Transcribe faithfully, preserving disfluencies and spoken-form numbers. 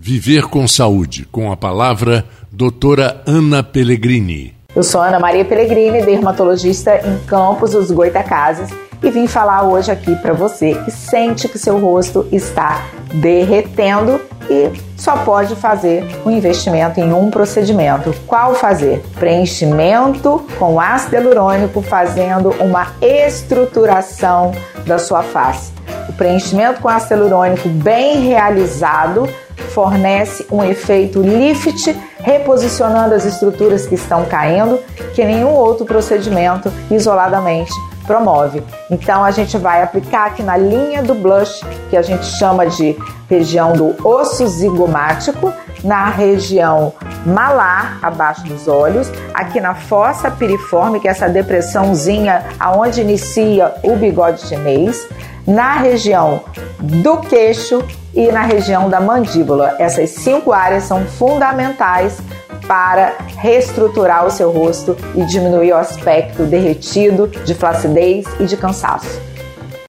Viver com Saúde, com a palavra doutora Ana Pellegrini. Eu sou Ana Maria Pellegrini, dermatologista em Campos dos Goytacazes, e vim falar hoje aqui para você que sente que seu rosto está derretendo e só pode fazer um investimento em um procedimento. Qual fazer? Preenchimento com ácido hialurônico, fazendo uma estruturação da sua face. O preenchimento com ácido hialurônico bem realizado fornece um efeito lift, reposicionando as estruturas que estão caindo, que nenhum outro procedimento isoladamente promove. Então a gente vai aplicar aqui na linha do blush, que a gente chama de região do osso zigomático, na região malar, abaixo dos olhos, aqui na fossa piriforme, que é essa depressãozinha aonde inicia o bigode chinês, na região do queixo e na região da mandíbula. Essas cinco áreas são fundamentais para reestruturar o seu rosto e diminuir o aspecto derretido, de flacidez e de cansaço.